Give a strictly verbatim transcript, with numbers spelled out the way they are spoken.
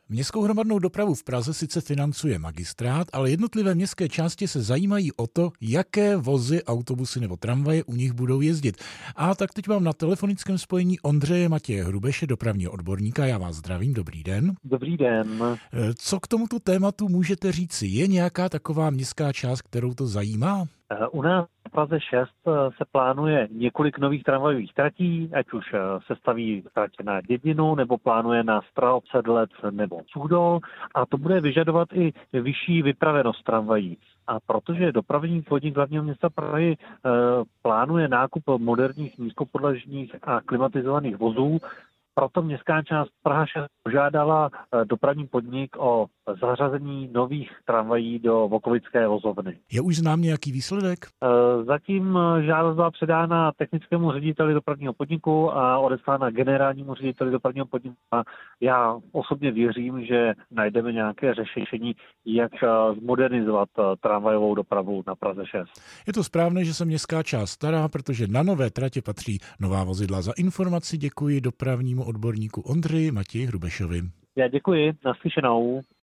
Městskou hromadnou dopravu v Praze sice financuje magistrát, ale jednotlivé městské části se zajímají o to, jaké vozy, autobusy nebo tramvaje u nich budou jezdit. A tak teď mám na telefonickém spojení Ondřeje Matěje Hrubeše, dopravního odborníka. Já vás zdravím, dobrý den. Dobrý den. Co k tomuto tématu můžete říci? Je nějaká taková městská část, kterou to zajímá? U nás v Praze šest se plánuje několik nových tramvajových tratí, ať už se staví tratě na Dědinu, nebo plánuje na Strahov, Sedlec nebo Suchdol, a to bude vyžadovat i vyšší vypravenost tramvají. A protože dopravní podnik hlavního města Prahy e, plánuje nákup moderních nízkopodlažních a klimatizovaných vozů, proto městská část Praha šest požádala dopravní podnik o zařazení nových tramvají do Vokolické vozovny. Je už znám nějaký výsledek? Zatím žádost byla předána technickému řediteli dopravního podniku a odeslána generálnímu řediteli dopravního podniku. A já osobně věřím, že najdeme nějaké řešení, jak zmodernizovat tramvajovou dopravu na Praze šest. Je to správné, že se městská část stará, protože na nové tratě patří nová vozidla. Za informaci děkuji dopravnímu odborníku Ondřeji Matěji Hrubešovi. Já děkuji, naslyšenou.